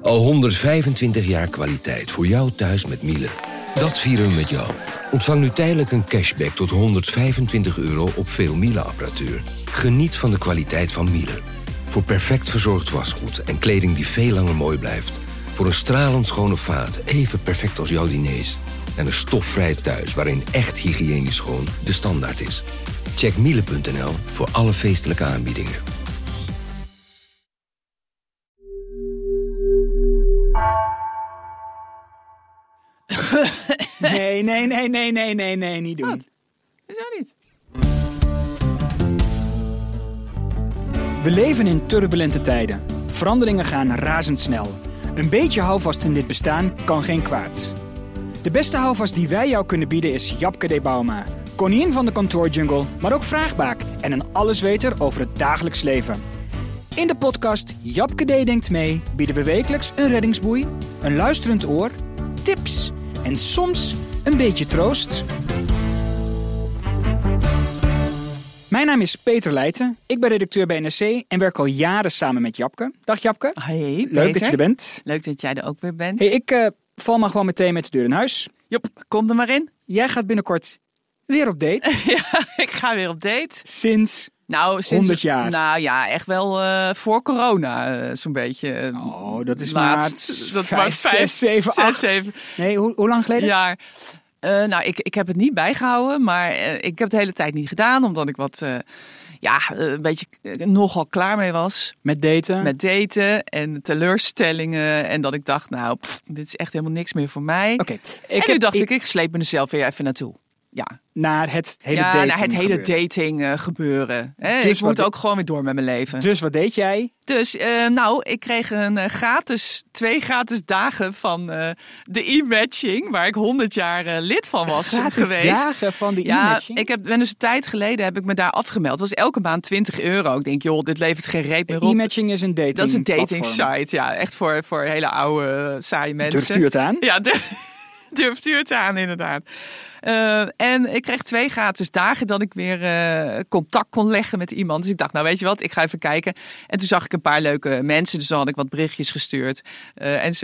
Al 125 jaar kwaliteit voor jou thuis met Miele. Dat vieren we met jou. Ontvang nu tijdelijk een cashback tot €125 op veel Miele-apparatuur. Geniet van de kwaliteit van Miele. Voor perfect verzorgd wasgoed en kleding die veel langer mooi blijft. Voor een stralend schone vaat, even perfect als jouw diners. En een stofvrij thuis waarin echt hygiënisch schoon de standaard is. Check miele.nl voor alle feestelijke aanbiedingen. Nee, niet doen. Wat? Hoezo niet? We leven in turbulente tijden. Veranderingen gaan razendsnel. Een beetje houvast in dit bestaan kan geen kwaad. De beste houvast die wij jou kunnen bieden is Japke de Bauma. Koningin van de kantoorjungle, maar ook vraagbaak en een allesweter over het dagelijks leven. In de podcast Japke D denkt mee bieden we wekelijks een reddingsboei, een luisterend oor, tips en soms een beetje troost. Mijn naam is Peter Leijten, ik ben redacteur bij NRC en werk al jaren samen met Japke. Dag Japke. Hey, Peter. Leuk dat je er bent. Leuk dat jij er ook weer bent. Hey, ik val maar gewoon meteen met de deur in huis. Jop, kom er maar in. Jij gaat binnenkort weer op date. Ja, ik ga weer op date. Sinds 100 jaar. Nou ja, echt wel voor corona zo'n beetje. Oh, dat is laatst, maar 5, 6, 7, 8. Nee, hoe lang geleden? Jaar. Nou, ik heb het niet bijgehouden, maar ik heb het de hele tijd niet gedaan, omdat ik wat... een beetje nogal klaar mee was. Met daten? Met daten en teleurstellingen. En dat ik dacht, dit is echt helemaal niks meer voor mij. Okay. Nu dacht ik sleep me er zelf weer even naartoe. Ja. Naar het hele dating gebeuren. Dus ik moet ook gewoon weer door met mijn leven. Dus wat deed jij? Dus, ik kreeg twee gratis dagen van de e-matching, waar ik 100 jaar lid van was geweest. Dagen van de e-matching? Ja, ben dus een tijd geleden heb ik me daar afgemeld. Het was elke maand €20. Ik denk, joh, dit levert geen reet meer op. E-matching is een dating. Dat is een dating site, ja. Echt voor hele oude, saaie mensen. Durft u het aan? Ja, durft u het aan, inderdaad. En ik kreeg 2 gratis dagen dat ik weer contact kon leggen met iemand. Dus ik dacht, weet je wat, ik ga even kijken. En toen zag ik een paar leuke mensen, dus dan had ik wat berichtjes gestuurd. En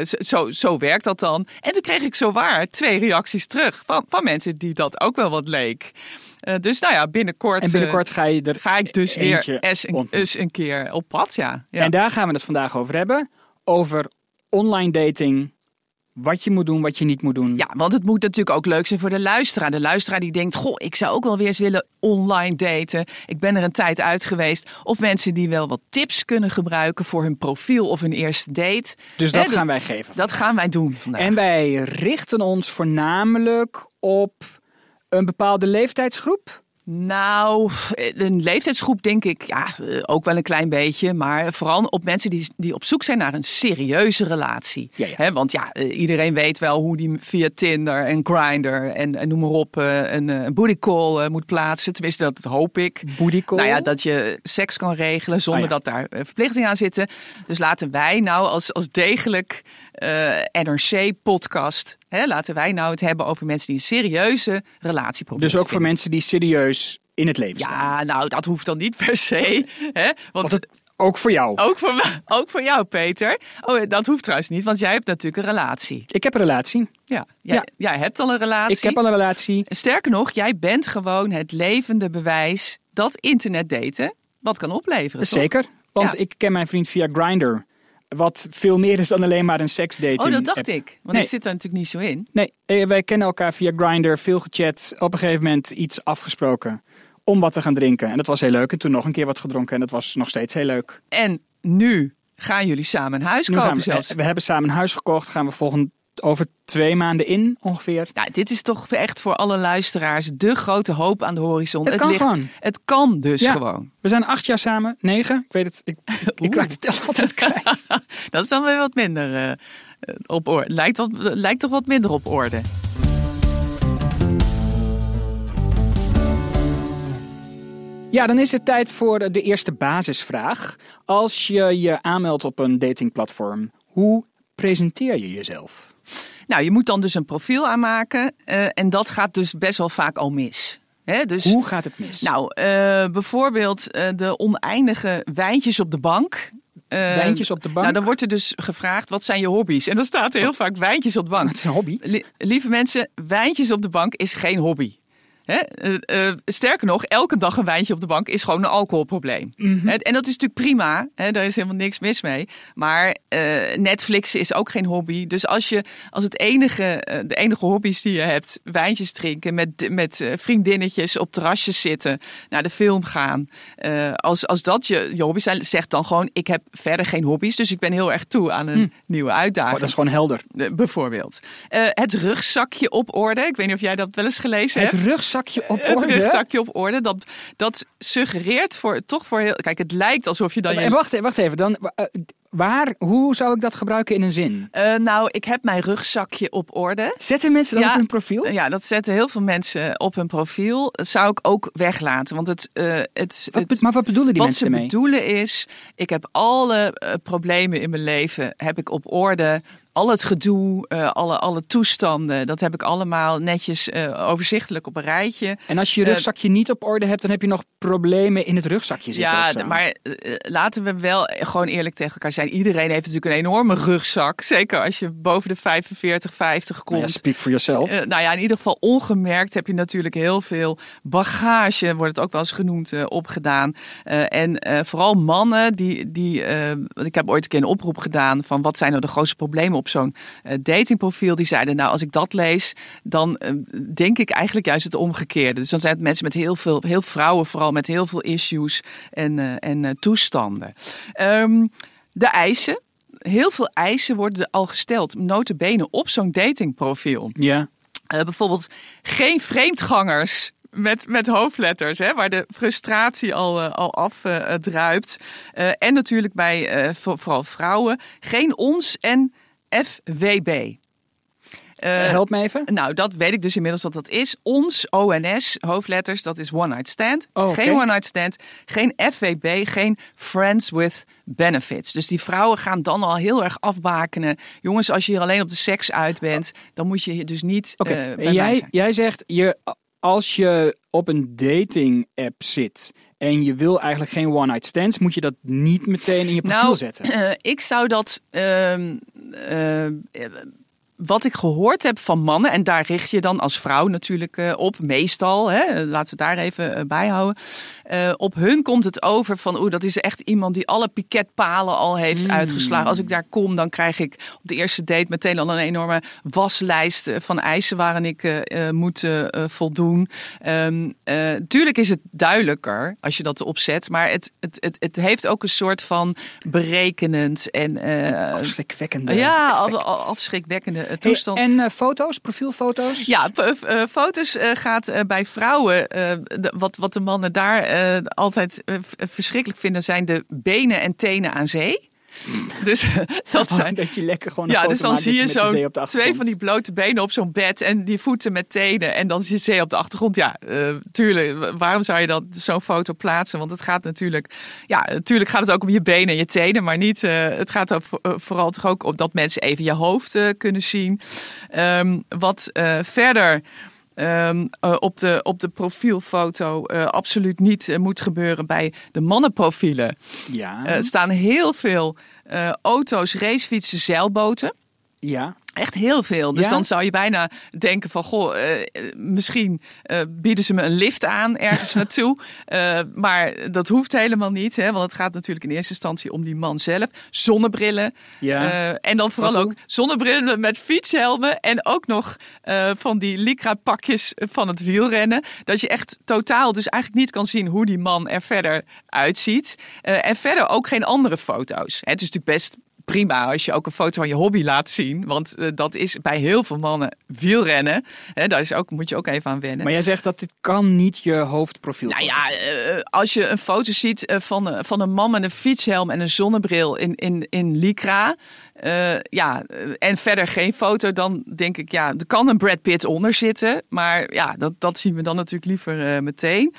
zo werkt dat dan. En toen kreeg ik zowaar 2 reacties terug van mensen die dat ook wel wat leek. Dus binnenkort... En binnenkort ga ik dus weer eens een keer op pad, ja. En daar gaan we het vandaag over hebben. Over online dating... Wat je moet doen, wat je niet moet doen. Ja, want het moet natuurlijk ook leuk zijn voor de luisteraar. De luisteraar die denkt, ik zou ook wel weer eens willen online daten. Ik ben er een tijd uit geweest. Of mensen die wel wat tips kunnen gebruiken voor hun profiel of hun eerste date. Dus dat gaan wij geven. Dat gaan wij doen vandaag. En wij richten ons voornamelijk op een bepaalde leeftijdsgroep. Nou, een leeftijdsgroep denk ik ook wel een klein beetje. Maar vooral op mensen die op zoek zijn naar een serieuze relatie. Ja. Want iedereen weet wel hoe die via Tinder en Grindr en noem maar op een booty call moet plaatsen. Tenminste, dat hoop ik. Booty call? Dat je seks kan regelen zonder dat daar verplichtingen aan zitten. Dus laten wij als degelijk NRC-podcast... laten wij het hebben over mensen die een serieuze relatie proberen. Dus ook voor mensen die serieus in het leven staan. Ja, dat hoeft dan niet per se. Want ook voor jou. Ook voor jou, Peter. Oh, dat hoeft trouwens niet, want jij hebt natuurlijk een relatie. Ik heb een relatie. Ja, jij hebt al een relatie. Ik heb al een relatie. Sterker nog, jij bent gewoon het levende bewijs dat internetdaten wat kan opleveren. Zeker, want ik ken mijn vriend via Grindr. Wat veel meer is dan alleen maar een seksdating. Oh, dat dacht ik. Want ik zit daar natuurlijk niet zo in. Nee, wij kennen elkaar via Grindr, veel gechat. Op een gegeven moment iets afgesproken om wat te gaan drinken. En dat was heel leuk. En toen nog een keer wat gedronken. En dat was nog steeds heel leuk. En nu gaan jullie samen een huis kopen zelfs. We hebben samen een huis gekocht. Gaan we over 2 maanden in ongeveer. Ja, dit is toch echt voor alle luisteraars de grote hoop aan de horizon. Het kan dus gewoon. We zijn 8 jaar samen, 9. Ik weet het, ik raak de tel altijd kwijt. Dat is dan weer wat minder op orde. Lijkt toch wat minder op orde. Ja, dan is het tijd voor de eerste basisvraag. Als je je aanmeldt op een datingplatform, hoe presenteer je jezelf? Nou, je moet dan dus een profiel aanmaken en dat gaat dus best wel vaak al mis. Dus, hoe gaat het mis? Nou, bijvoorbeeld de oneindige wijntjes op de bank. Wijntjes op de bank? Nou, dan wordt er dus gevraagd, wat zijn je hobby's? En dan staat er heel vaak wijntjes op de bank. Het is een hobby. Lieve mensen, wijntjes op de bank is geen hobby. Sterker nog, elke dag een wijntje op de bank is gewoon een alcoholprobleem. Mm-hmm. En dat is natuurlijk prima. Daar is helemaal niks mis mee. Maar Netflixen is ook geen hobby. Dus als de enige hobby's die je hebt, wijntjes drinken, met vriendinnetjes op terrasjes zitten, naar de film gaan. Als dat je hobby's zijn, zeg dan gewoon, ik heb verder geen hobby's. Dus ik ben heel erg toe aan een nieuwe uitdaging. Dat is gewoon helder. Bijvoorbeeld. Het rugzakje op orde. Ik weet niet of jij dat wel eens gelezen hebt. Het rugzakje op orde? Het rugzakje op orde. Dat suggereert voor heel... Kijk, het lijkt alsof je dan... Wacht even. Dan, hoe zou ik dat gebruiken in een zin? Nou, ik heb mijn rugzakje op orde. Zetten mensen dat op hun profiel? Ja, dat zetten heel veel mensen op hun profiel. Dat zou ik ook weglaten. Want maar wat bedoelen die mensen ermee? Wat ze bedoelen is, ik heb alle problemen in mijn leven heb ik op orde. Al het gedoe, alle toestanden, dat heb ik allemaal netjes overzichtelijk op een rijtje. En als je je rugzakje niet op orde hebt, dan heb je nog problemen in het rugzakje zitten of zo. Ja, maar laten we wel gewoon eerlijk tegen elkaar zijn. Iedereen heeft natuurlijk een enorme rugzak. Zeker als je boven de 45, 50 komt. Ja, speak for yourself. In ieder geval ongemerkt heb je natuurlijk heel veel bagage, wordt het ook wel eens genoemd, opgedaan. En vooral mannen, ik heb ooit een keer een oproep gedaan van wat zijn nou de grootste problemen op zo'n datingprofiel. Die zeiden, nou als ik dat lees, dan denk ik eigenlijk juist het omgekeerde. Dus dan zijn het mensen met heel vrouwen vooral met heel veel issues en toestanden. De eisen. Heel veel eisen worden al gesteld, nota bene, op zo'n datingprofiel. Ja. Bijvoorbeeld geen vreemdgangers met hoofdletters, waar de frustratie al afdruipt. En natuurlijk bij vooral vrouwen geen ons en FWB. Help me even. Nou, dat weet ik dus inmiddels wat dat is. Ons, ONS, hoofdletters, dat is one night stand. Okay. Geen one night stand, geen FWB, geen friends with benefits. Dus die vrouwen gaan dan al heel erg afbakenen. Jongens, als je hier alleen op de seks uit bent, dan moet je dus niet bij mij zijn. Jij zegt, als je op een dating app zit en je wil eigenlijk geen one night stands, moet je dat niet meteen in je profiel zetten? Ik zou dat... wat ik gehoord heb van mannen, en daar richt je dan als vrouw natuurlijk op, meestal, laten we het daar even bij houden. Op hun komt het over van, dat is echt iemand die alle piketpalen al heeft uitgeslagen. Als ik daar kom, dan krijg ik op de eerste date meteen al een enorme waslijst van eisen waarin ik moet voldoen. Tuurlijk is het duidelijker als je dat erop zet, maar het heeft ook een soort van berekenend en afschrikwekkende. Ja, afschrikwekkende toestand. En foto's, profielfoto's? Ja, foto's gaat bij vrouwen, wat de mannen daar altijd verschrikkelijk vinden, zijn de benen en tenen aan zee. Dus dat zijn... dat je lekker gewoon een foto dus dan maakt zie je zo twee van die blote benen op zo'n bed en die voeten met tenen en dan zie je zee op de achtergrond. Ja, tuurlijk. Waarom zou je dan zo'n foto plaatsen? Want het gaat natuurlijk... Ja, natuurlijk gaat het ook om je benen en je tenen, maar niet... het gaat ook vooral toch ook om dat mensen even je hoofd kunnen zien. Wat verder... op de profielfoto absoluut niet moet gebeuren bij de mannenprofielen. Ja. Er staan heel veel auto's, racefietsen, zeilboten. Ja. Echt heel veel. Dus dan zou je bijna denken van, misschien bieden ze me een lift aan ergens naartoe. Maar dat hoeft helemaal niet. Want het gaat natuurlijk in eerste instantie om die man zelf. Zonnebrillen. Ja. En dan vooral ook zonnebrillen met fietshelmen. En ook nog van die lycra pakjes van het wielrennen. Dat je echt totaal dus eigenlijk niet kan zien hoe die man er verder uitziet. En verder ook geen andere foto's. Het is natuurlijk best prima als je ook een foto van je hobby laat zien. Want dat is bij heel veel mannen wielrennen. Daar moet je ook even aan wennen. Maar jij zegt dat dit kan niet je hoofdprofiel. Nou ja, als je een foto ziet van een man met een fietshelm en een zonnebril in lycra. En verder geen foto, dan denk ik, ja, er kan een Brad Pitt onder zitten. Maar ja, dat zien we dan natuurlijk liever meteen.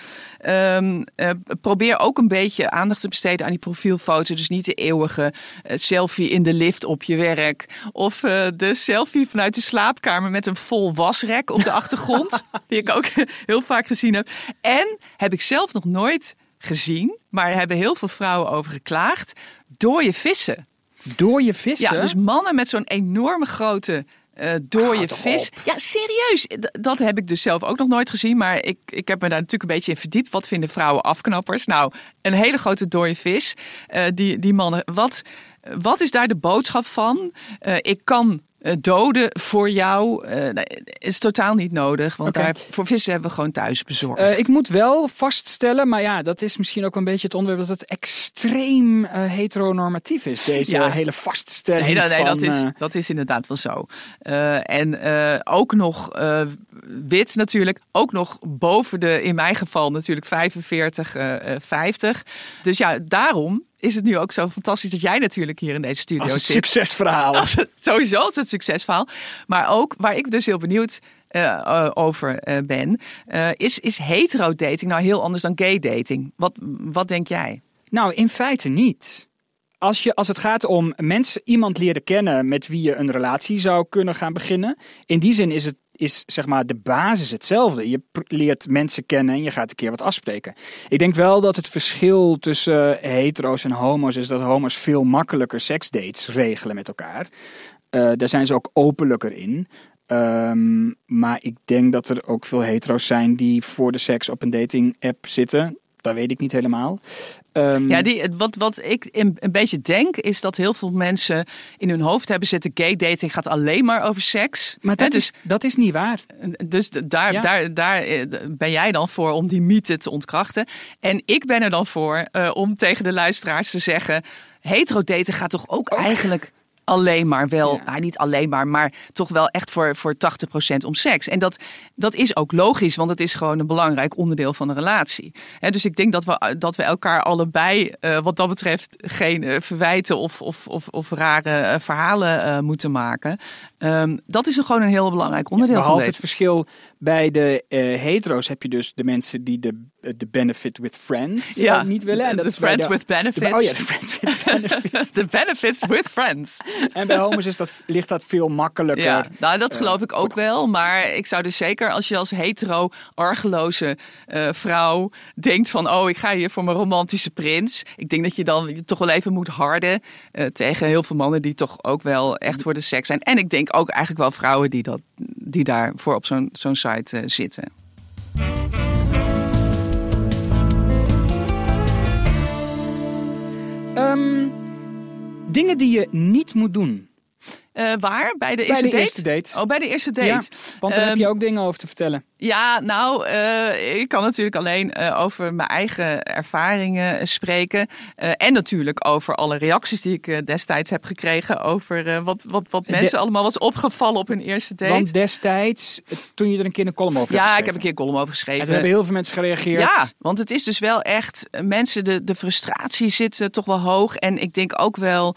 Probeer ook een beetje aandacht te besteden aan die profielfoto. Dus niet de eeuwige selfie in de lift op je werk. Of de selfie vanuit de slaapkamer met een vol wasrek op de achtergrond. Die ik ook heel vaak gezien heb. En heb ik zelf nog nooit gezien, maar er hebben heel veel vrouwen over geklaagd. Dooie vissen. Dooie vissen? Ja, dus mannen met zo'n enorme grote dooie vis. Op. Ja, serieus. Dat heb ik dus zelf ook nog nooit gezien. Maar ik heb me daar natuurlijk een beetje in verdiept. Wat vinden vrouwen afknappers? Nou, een hele grote dooie vis. Die mannen. Wat is daar de boodschap van? Ik kan doden voor jou is totaal niet nodig. Want voor vissen hebben we gewoon thuis bezorgd. Ik moet wel vaststellen, maar ja, dat is misschien ook een beetje het onderwerp, dat het extreem heteronormatief is. Deze hele vaststelling dat is inderdaad wel zo. En ook nog wit natuurlijk. Ook nog boven in mijn geval natuurlijk 45, 50. Dus ja, daarom is het nu ook zo fantastisch dat jij natuurlijk hier in deze studio zit. Als het succesverhaal. Sowieso als het succesverhaal. Maar ook, waar ik dus heel benieuwd over ben, is hetero-dating nou heel anders dan gay-dating? Wat denk jij? Nou, in feite niet. Als het gaat om iemand leren kennen met wie je een relatie zou kunnen gaan beginnen. In die zin is zeg maar de basis hetzelfde. Je leert mensen kennen en je gaat een keer wat afspreken. Ik denk wel dat het verschil tussen hetero's en homo's is dat homo's veel makkelijker seksdates regelen met elkaar. Daar zijn ze ook openlijker in. Maar ik denk dat er ook veel hetero's zijn die voor de seks op een dating app zitten. Dat weet ik niet helemaal. Wat ik een beetje denk is dat heel veel mensen in hun hoofd hebben zitten. Gay dating gaat alleen maar over seks. Maar dat is niet waar. Dus daar ben jij dan voor om die mythe te ontkrachten. En ik ben er dan voor om tegen de luisteraars te zeggen, hetero daten gaat toch ook eigenlijk alleen maar wel, niet alleen maar toch wel echt voor 80% om seks. En dat is ook logisch, want het is gewoon een belangrijk onderdeel van een relatie. Dus ik denk dat we elkaar allebei wat dat betreft geen verwijten of rare verhalen moeten maken. Dat is gewoon een heel belangrijk onderdeel van behalve het verschil bij de hetero's heb je dus de mensen die de benefit with friends niet willen. En dat is friends with benefits. De friends with benefits. The benefits with friends. En bij homo's ligt dat veel makkelijker. Ja, nou, dat geloof ik ook wel. Maar ik zou dus zeker, als je als hetero, argeloze vrouw denkt van, ik ga hier voor mijn romantische prins. Ik denk dat je dan toch wel even moet harden tegen heel veel mannen die toch ook wel echt voor de seks zijn. En ik denk ook eigenlijk wel vrouwen die daarvoor op zo'n site zitten. Dingen die je niet moet doen. Waar? Bij de eerste date? Oh, bij de eerste date. Ja, want daar heb je ook dingen over te vertellen. Ja, nou, ik kan natuurlijk alleen over mijn eigen ervaringen spreken. En natuurlijk over alle reacties die ik destijds heb gekregen over wat mensen allemaal was opgevallen op hun eerste date. Want destijds, toen je er een keer een column over hebt geschreven. Ja, ik heb een keer een column over geschreven. En toen hebben heel veel mensen gereageerd. Ja, want het is dus wel echt, mensen, de frustratie zit toch wel hoog. En ik denk ook wel,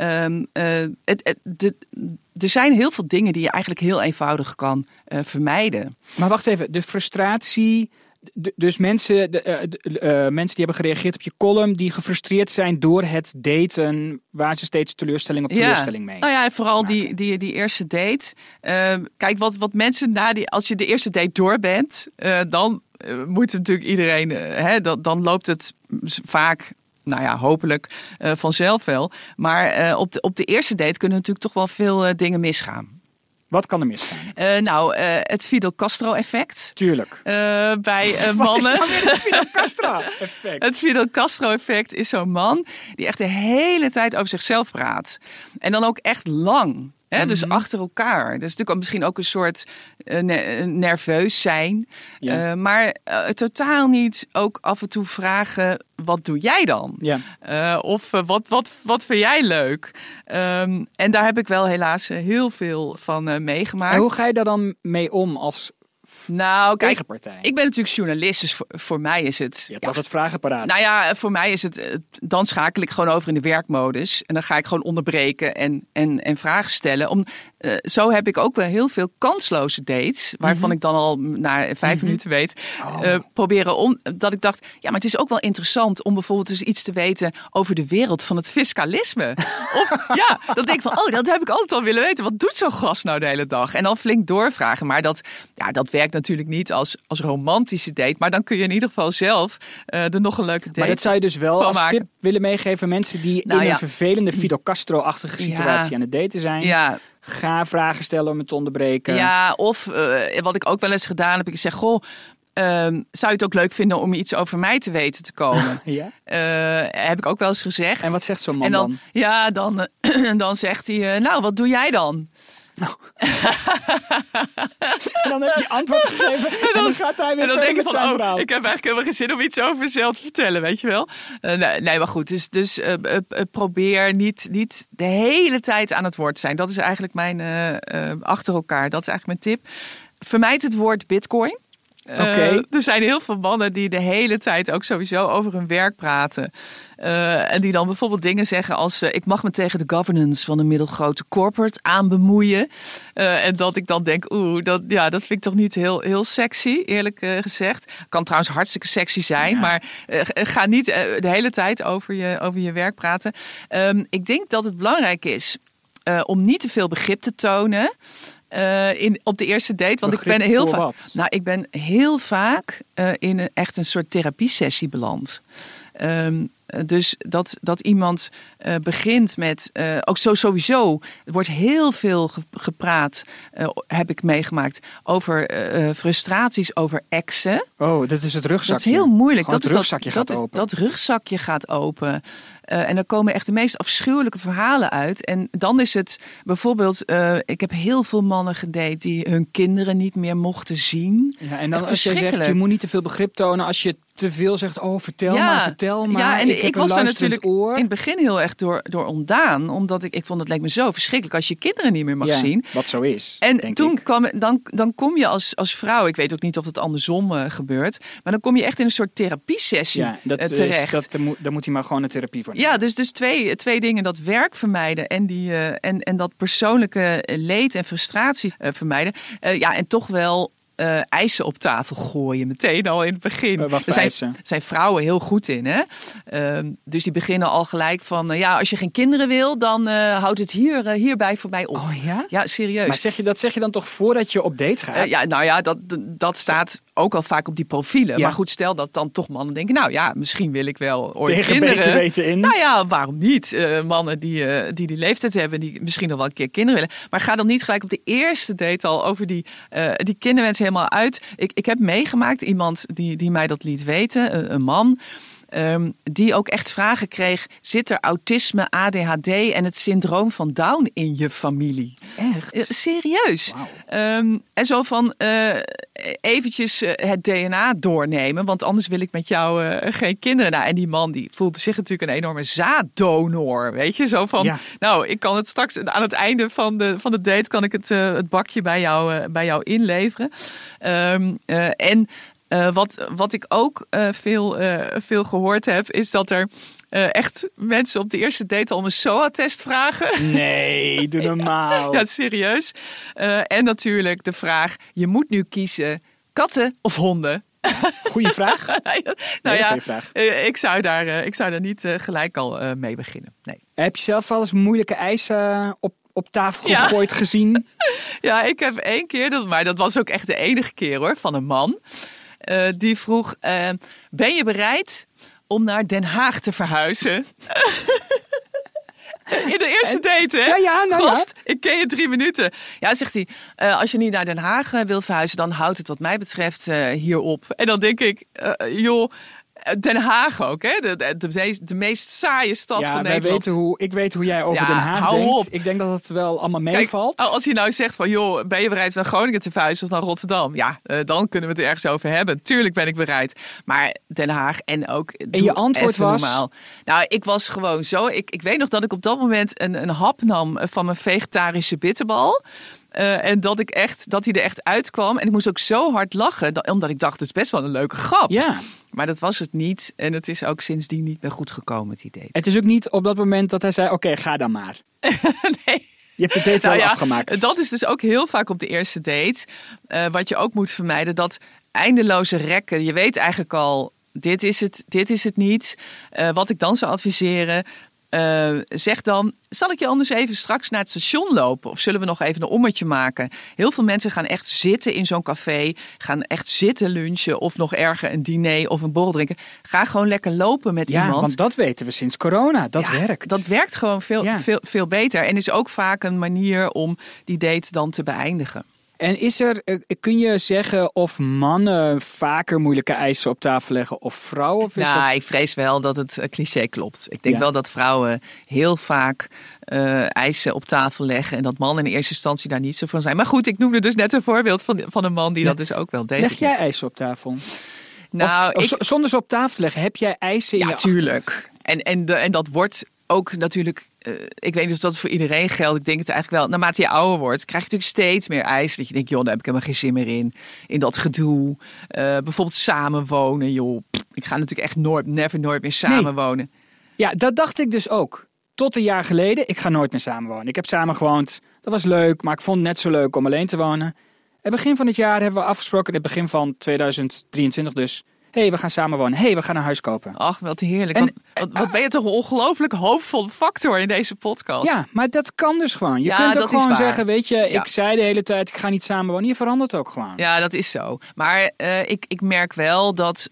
er zijn heel veel dingen die je eigenlijk heel eenvoudig kan vermijden. Maar wacht even, de frustratie. Dus mensen die hebben gereageerd op je column, die gefrustreerd zijn door het daten, waar ze steeds teleurstelling op teleurstelling mee. Nou ja, vooral die eerste date. Kijk, wat mensen als je de eerste date door bent, dan moet natuurlijk iedereen, dan loopt het vaak. Nou ja, hopelijk vanzelf wel. Maar op de eerste date kunnen natuurlijk toch wel veel dingen misgaan. Wat kan er misgaan? Het Fidel Castro-effect. Tuurlijk. Bij mannen. Wat is dan weer het Fidel Castro-effect? Het Fidel Castro-effect is zo'n man die echt de hele tijd over zichzelf praat. En dan ook echt lang. Dus achter elkaar. Dat is natuurlijk misschien ook een soort nerveus zijn. Ja. Maar totaal niet ook af en toe vragen, wat doe jij dan? Ja. Of wat vind jij leuk? En daar heb ik wel helaas heel veel van meegemaakt. En hoe ga je daar dan mee om als tegenpartij? Ik ben natuurlijk journalist, dus voor mij is het. Je hebt altijd vragen paraat. Nou ja, voor mij is het. Dan schakel ik gewoon over in de werkmodus. En dan ga ik gewoon onderbreken en vragen stellen. zo heb ik ook wel heel veel kansloze dates, waarvan ik dan al na 5 minuten weet, proberen dat ik dacht, ja, maar het is ook wel interessant om bijvoorbeeld eens iets te weten over de wereld van het fiscalisme. Of ja, dat denk ik van, dat heb ik altijd al willen weten. Wat doet zo'n gast nou de hele dag? En dan flink doorvragen. Maar dat werkt natuurlijk niet als romantische date. Maar dan kun je in ieder geval zelf er nog een leuke date Maar dat zou je dus wel als maken. tip willen meegeven. Mensen die in een vervelende Fidel Castro-achtige situatie aan het daten zijn. Ja. Ga vragen stellen om het te onderbreken. Ja, of wat ik ook wel eens gedaan heb. Ik zeg, zou je het ook leuk vinden om iets over mij te weten te komen? Ja? Heb ik ook wel eens gezegd. En wat zegt zo'n man dan? Ja, dan zegt hij, nou, wat doe jij dan? En dan heb je antwoord gegeven en dan gaat hij weer verder met zijn verhaal. Ik heb eigenlijk helemaal geen zin om iets over mezelf te vertellen, weet je wel. Nee, maar goed. Dus probeer niet de hele tijd aan het woord te zijn. Dat is eigenlijk mijn achter elkaar. Dat is eigenlijk mijn tip. Vermijd het woord bitcoin. Er zijn heel veel mannen die de hele tijd ook sowieso over hun werk praten. En die dan bijvoorbeeld dingen zeggen als ik mag me tegen de governance van een middelgrote corporate aanbemoeien. En dat ik dan denk, dat vind ik toch niet heel, heel sexy, eerlijk gezegd. Kan trouwens hartstikke sexy zijn, maar ga niet de hele tijd over je werk praten. Ik denk dat het belangrijk is om niet te veel begrip te tonen. Op de eerste date, want ik ben heel vaak in echt een soort therapiesessie beland. Dus dat iemand begint met, ook sowieso, er wordt heel veel gepraat, heb ik meegemaakt, over frustraties over exen. Oh, dat is het rugzakje. Dat is heel moeilijk. Het rugzakje gaat open. Dat rugzakje gaat open. En er komen echt de meest afschuwelijke verhalen uit. En dan is het bijvoorbeeld, ik heb heel veel mannen gedate die hun kinderen niet meer mochten zien. Ja, en dan als je zegt, je moet niet te veel begrip tonen als je te veel zegt, vertel maar. Ja, en ik was daar natuurlijk oor. in het begin heel erg door ontdaan. Omdat ik vond het leek me zo verschrikkelijk als je kinderen niet meer mag zien. Wat zo is. En toen dan kom je als vrouw, ik weet ook niet of het andersom gebeurt. Maar dan kom je echt in een soort therapiesessie terecht. Daar moet hij maar gewoon een therapie voor nemen. Ja, dus twee dingen. Dat werk vermijden en dat persoonlijke leed en frustratie vermijden. En toch wel eisen op tafel gooien, meteen al in het begin. Daar zijn vrouwen heel goed in. Hè? Dus die beginnen al gelijk van, als je geen kinderen wil, dan houdt het hierbij voor mij op. Oh ja? Ja, serieus. Maar dat zeg je dan toch voordat je op date gaat? Dat staat ook al vaak op die profielen. Ja. Maar goed, stel dat dan toch mannen denken, misschien wil ik wel ooit tegen kinderen. Tegen weten in. Nou ja, waarom niet? Mannen die leeftijd hebben, die misschien nog wel een keer kinderen willen. Maar ga dan niet gelijk op de eerste date al over die kinderwens helemaal uit. Ik heb meegemaakt, iemand die mij dat liet weten, een man. Die ook echt vragen kreeg, zit er autisme, ADHD en het syndroom van Down in je familie? Echt? Serieus. Wow. En zo van eventjes het DNA doornemen, want anders wil ik met jou geen kinderen. Nou, en die man die voelde zich natuurlijk een enorme zaaddonor, weet je? Zo van, ik kan het straks aan het einde van de date kan ik het bakje bij jou inleveren. Wat ik ook veel gehoord heb, is dat er echt mensen op de eerste date al een SOA-test vragen. Nee, doe normaal. Ja, serieus. En natuurlijk de vraag, je moet nu kiezen, katten of honden? Goeie vraag. Goeie vraag. Ik zou daar niet gelijk al mee beginnen. Nee. Heb je zelf wel eens moeilijke eisen op tafel gegooid gezien? Ja, ik heb 1 keer, maar dat was ook echt de enige keer hoor, van een man. Die vroeg, ben je bereid om naar Den Haag te verhuizen? In de eerste date, hè? Gast, ik ken je 3 minuten. Ja, zegt hij, als je niet naar Den Haag wilt verhuizen, dan houdt het wat mij betreft hier op. En dan denk ik, Den Haag ook, hè? De meest saaie stad van Nederland. Ik weet hoe jij over Den Haag denkt. Op. Ik denk dat het wel allemaal meevalt. Kijk, als je nou zegt van, ben je bereid naar Groningen te verhuizen of naar Rotterdam? Ja, dan kunnen we het ergens over hebben. Tuurlijk ben ik bereid. Maar Den Haag en ook... En je antwoord was? Normaal. Nou, ik was gewoon zo... Ik weet nog dat ik op dat moment een hap nam van mijn vegetarische bitterbal. En dat hij er echt uitkwam. En ik moest ook zo hard lachen, omdat ik dacht, het is best wel een leuke grap. Ja. Maar dat was het niet. En het is ook sindsdien niet meer goed gekomen, het idee. Het is ook niet op dat moment dat hij zei, oké, ga dan maar. Je hebt de date wel afgemaakt. Dat is dus ook heel vaak op de eerste date. Wat je ook moet vermijden, dat eindeloze rekken. Je weet eigenlijk al, dit is het niet. Wat ik dan zou adviseren, zeg dan, zal ik je anders even straks naar het station lopen? Of zullen we nog even een ommetje maken? Heel veel mensen gaan echt zitten in zo'n café. Gaan echt zitten lunchen of nog erger een diner of een borrel drinken. Ga gewoon lekker lopen met iemand. Ja, want dat weten we sinds corona. Dat werkt. Dat werkt gewoon veel beter. En is ook vaak een manier om die date dan te beëindigen. En kun je zeggen of mannen vaker moeilijke eisen op tafel leggen of vrouwen? Of ik vrees wel dat het cliché klopt. Ik denk wel dat vrouwen heel vaak eisen op tafel leggen en dat mannen in eerste instantie daar niet zo van zijn. Maar goed, ik noemde dus net een voorbeeld van een man die dat dus ook wel deed. Leg jij eisen op tafel? Zonder ze op tafel te leggen, heb jij eisen in je tuurlijk. En dat wordt ook natuurlijk... ik weet niet of dat voor iedereen geldt. Ik denk het eigenlijk wel. Naarmate je ouder wordt, krijg je natuurlijk steeds meer eisen. Dat je denkt, joh, daar heb ik helemaal geen zin meer in. In dat gedoe. Bijvoorbeeld samenwonen, joh. Ik ga natuurlijk echt nooit meer samenwonen. Ja, dat dacht ik dus ook. Tot een jaar geleden, ik ga nooit meer samenwonen. Ik heb samen gewoond. Dat was leuk, maar ik vond het net zo leuk om alleen te wonen. Het begin van het jaar hebben we afgesproken, het begin van 2023 dus... we gaan samenwonen. We gaan een huis kopen. Ach, wat heerlijk. Wat ben je toch een ongelooflijk hoopvolle factor in deze podcast. Ja, maar dat kan dus gewoon. Je kunt ook gewoon zeggen, weet je, ik zei de hele tijd, ik ga niet samenwonen. Je verandert ook gewoon. Ja, dat is zo. Maar ik merk wel dat,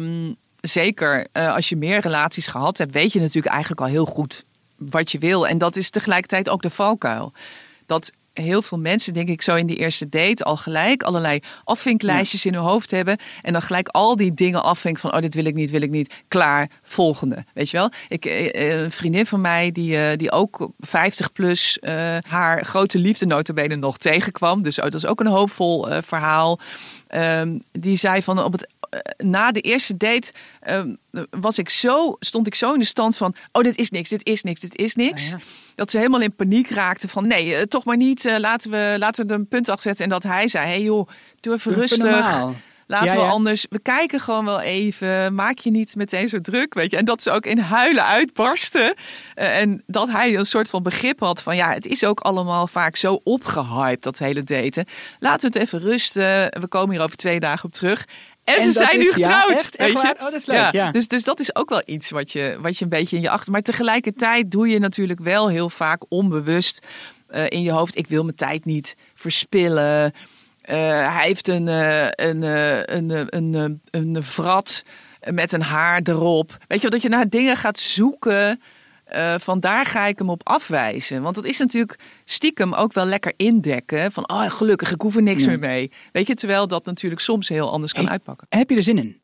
zeker als je meer relaties gehad hebt, weet je natuurlijk eigenlijk al heel goed wat je wil. En dat is tegelijkertijd ook de valkuil. Dat heel veel mensen, denk ik, zo in die eerste date al gelijk allerlei afvinklijstjes in hun hoofd hebben. En dan gelijk al die dingen afvinken van, dit wil ik niet. Klaar, volgende. Weet je wel? Een vriendin van mij die ook 50 plus haar grote liefde nota bene nog tegenkwam. Dus dat is ook een hoopvol verhaal. Die zei van na de eerste date stond ik zo in de stand van, dit is niks. Ja. Dat ze helemaal in paniek raakte van, nee, toch maar niet. Laten we er een punt achter zetten. En dat hij zei, hey joh, doe even rustig. Laten we anders, we kijken gewoon wel even. Maak je niet meteen zo druk, weet je. En dat ze ook in huilen uitbarsten. En dat hij een soort van begrip had van, het is ook allemaal vaak zo opgehyped, dat hele daten. Laten we het even rusten. We komen hier over 2 dagen op terug. En ze zijn nu getrouwd. Echt waar? Dat is leuk. Ja. Dus dat is ook wel iets wat je een beetje in je achter... Maar tegelijkertijd doe je natuurlijk wel heel vaak onbewust in je hoofd. Ik wil mijn tijd niet verspillen. Hij heeft een vrat met een haar erop. Weet je wel, dat je naar dingen gaat zoeken... van daar ga ik hem op afwijzen. Want dat is natuurlijk stiekem ook wel lekker indekken. Van, gelukkig, ik hoef er niks meer mee. Weet je, terwijl dat natuurlijk soms heel anders kan uitpakken. Heb je er zin in?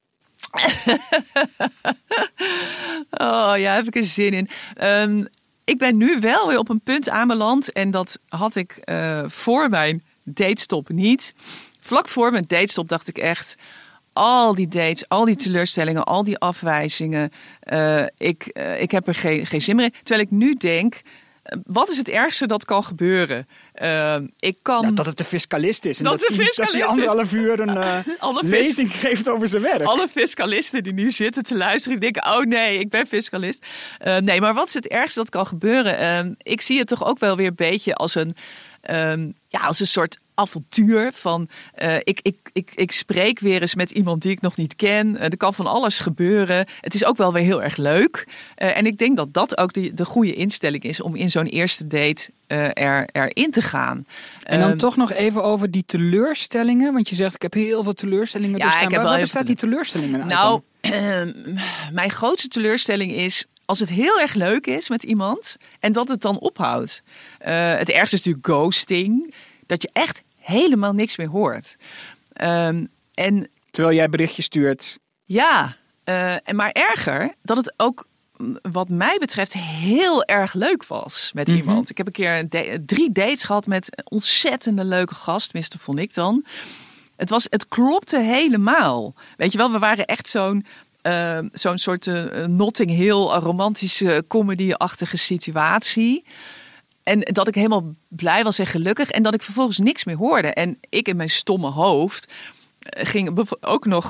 Heb ik er zin in. Ik ben nu wel weer op een punt aanbeland. En dat had ik voor mijn datestop niet. Vlak voor mijn datestop dacht ik echt... Al die dates, al die teleurstellingen, al die afwijzingen. Ik heb er geen zin meer in. Terwijl ik nu denk, wat is het ergste dat kan gebeuren? Dat het de fiscalist is. En dat hij 1,5 uur een lezing geeft over zijn werk. Alle fiscalisten die nu zitten te luisteren, die denken, oh nee, ik ben fiscalist. Nee, maar wat is het ergste dat kan gebeuren? Ik zie het toch ook wel weer een beetje als een soort avontuur van ik spreek weer eens met iemand die ik nog niet ken. Er kan van alles gebeuren. Het is ook wel weer heel erg leuk. En ik denk dat dat ook de goede instelling is om in zo'n eerste date erin te gaan. En dan toch nog even over die teleurstellingen. Want je zegt, ik heb heel veel teleurstellingen. Ja, ik heb waar bestaat die teleurstellingen uit? Nou, mijn grootste teleurstelling is als het heel erg leuk is met iemand en dat het dan ophoudt. Het ergste is natuurlijk ghosting. Dat je echt helemaal niks meer hoort. Terwijl jij berichtjes stuurt. Ja, maar erger dat het ook wat mij betreft heel erg leuk was met iemand. Ik heb een keer 3 dates gehad met een ontzettende leuke gast. Tenminste, vond ik dan. Het klopte helemaal. Weet je wel, we waren echt zo'n soort Notting Hill romantische comedy-achtige situatie. En dat ik helemaal blij was en gelukkig. En dat ik vervolgens niks meer hoorde. En ik in mijn stomme hoofd ging ook nog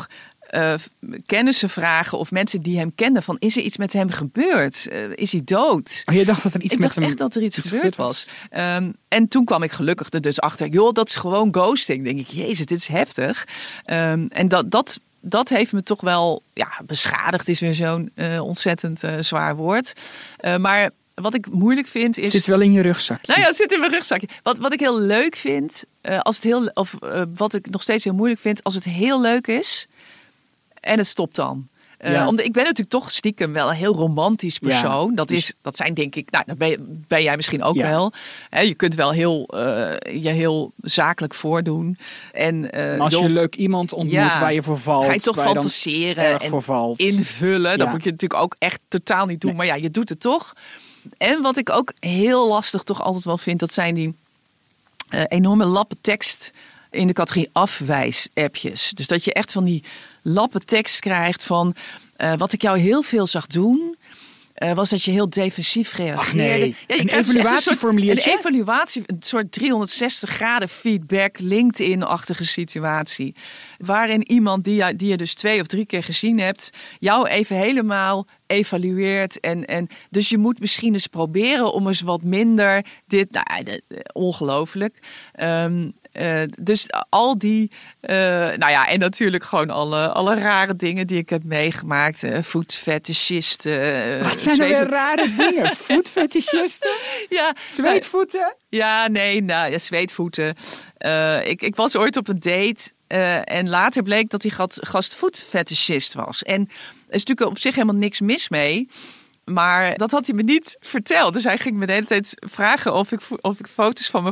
kennissen vragen of mensen die hem kenden van is er iets met hem gebeurd? Is hij dood? Oh, je dacht dat er iets ik met dacht hem echt dat er iets gebeurd was. En toen kwam ik gelukkig er dus achter. Joh, dat is gewoon ghosting. Denk ik, jezus, dit is heftig. En dat heeft me toch wel beschadigd. Is weer zo'n ontzettend zwaar woord. Maar wat ik moeilijk vind is... Het zit wel in je rugzakje. Nou ja, het zit in mijn rugzakje. Wat ik heel leuk vind, wat ik nog steeds heel moeilijk vind, als het heel leuk is en het stopt dan. Omdat ik ben natuurlijk toch stiekem wel een heel romantisch persoon. Ja, dat zijn denk ik, dat ben jij misschien ook wel. Je kunt wel je heel zakelijk voordoen. Maar als je leuk iemand ontmoet waar je voor valt. Ga je toch fantaseren en invullen. Dat moet je natuurlijk ook echt totaal niet doen. Nee. Maar je doet het toch. En wat ik ook heel lastig toch altijd wel vind, dat zijn die enorme lappen tekst in de categorie afwijs-appjes. Dus dat je echt van die lappen tekst krijgt van wat ik jou heel veel zag doen, was dat je heel defensief reageerde. Ach nee, ja, een evaluatieformuliertje? Een evaluatie, een soort 360 graden feedback, LinkedIn-achtige situatie. Waarin iemand die je dus 2 of 3 keer gezien hebt, jou even helemaal evalueert. En dus je moet misschien eens proberen om eens wat minder ongelooflijk. Dus al die, en natuurlijk gewoon alle rare dingen die ik heb meegemaakt. Voetfetischisten. Wat zijn er weer rare dingen? Voetfetischisten? Ja. Zweetvoeten? Zweetvoeten. Ik was ooit op een date en later bleek dat die gast voetfetischist was. En er is natuurlijk op zich helemaal niks mis mee. Maar dat had hij me niet verteld. Dus hij ging me de hele tijd vragen of ik foto's van mijn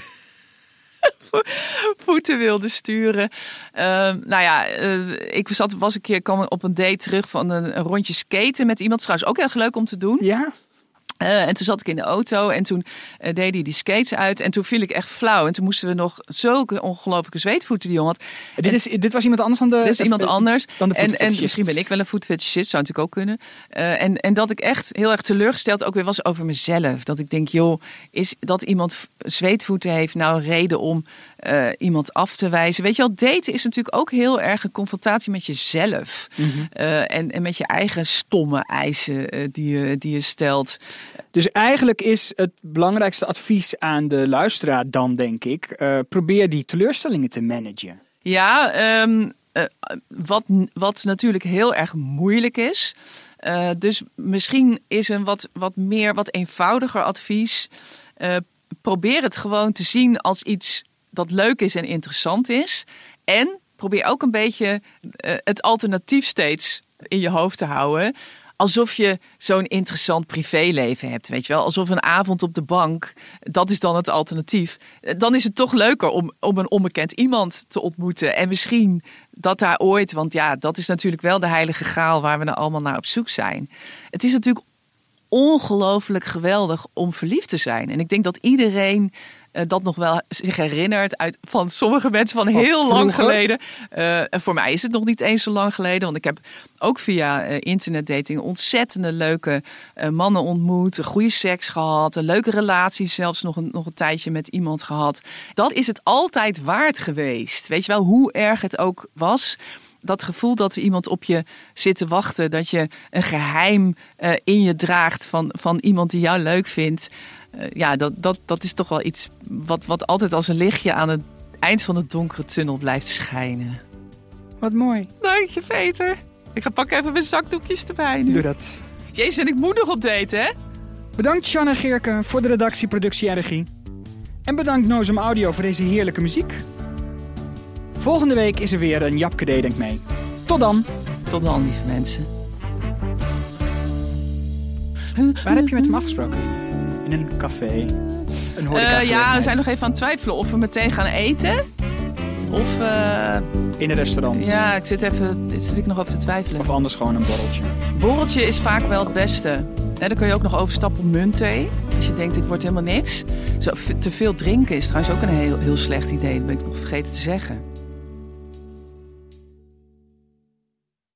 voeten wilde sturen. Ik kwam op een date terug van een rondje skaten met iemand. Trouwens ook heel leuk om te doen. Ja. En toen zat ik in de auto en toen deed hij die skates uit. En toen viel ik echt flauw. En toen moesten we nog zulke ongelooflijke zweetvoeten die jongen had. Dit was iemand anders dan de... Dit is iemand anders. Dan de en misschien ben ik wel een voetfetischist. Zou natuurlijk ook kunnen. En dat ik echt heel erg teleurgesteld ook weer was over mezelf. Dat ik denk, joh, is dat iemand zweetvoeten heeft nou een reden om iemand af te wijzen? Weet je wel, daten is natuurlijk ook heel erg een confrontatie met jezelf. Mm-hmm. En met je eigen stomme eisen die je stelt. Dus eigenlijk is het belangrijkste advies aan de luisteraar dan, denk ik, probeer die teleurstellingen te managen. Ja, wat natuurlijk heel erg moeilijk is. Dus misschien is een wat eenvoudiger advies. Probeer het gewoon te zien als iets dat leuk is en interessant is. En probeer ook een beetje het alternatief steeds in je hoofd te houden. Alsof je zo'n interessant privéleven hebt, weet je wel. Alsof een avond op de bank, dat is dan het alternatief. Dan is het toch leuker om een onbekend iemand te ontmoeten. En misschien dat daar ooit, want ja, dat is natuurlijk wel de heilige graal waar we nou allemaal naar op zoek zijn. Het is natuurlijk ongelooflijk geweldig om verliefd te zijn. En ik denk dat iedereen dat nog wel zich herinnert van sommige mensen van heel lang geleden. En voor mij is het nog niet eens zo lang geleden. Want ik heb ook via internetdating ontzettende leuke mannen ontmoet. Goede seks gehad. Een leuke relatie. Zelfs nog een tijdje met iemand gehad. Dat is het altijd waard geweest. Weet je wel hoe erg het ook was. Dat gevoel dat er iemand op je zit te wachten. Dat je een geheim in je draagt van iemand die jou leuk vindt. Dat is toch wel iets wat altijd als een lichtje aan het eind van de donkere tunnel blijft schijnen. Wat mooi. Dank je, Peter. Ik ga pakken even mijn zakdoekjes erbij nu. Doe dat. Jezus, en ik moet nog op date, hè? Bedankt Sjanne Geerke voor de redactie, productie en regie. En bedankt Nozem Audio voor deze heerlijke muziek. Volgende week is er weer een Japke Day, denk mee. Tot dan. Tot dan, lieve mensen. Waar heb je met hem afgesproken? In een café? Een we zijn nog even aan het twijfelen of we meteen gaan eten. Of in een restaurant. Ja, ik zit nog over te twijfelen. Of anders gewoon een borreltje. Borreltje is vaak wel het beste. Dan kun je ook nog overstappen op muntthee. Als je denkt, dit wordt helemaal niks. Te veel drinken is trouwens ook een heel slecht idee. Dat ben ik nog vergeten te zeggen.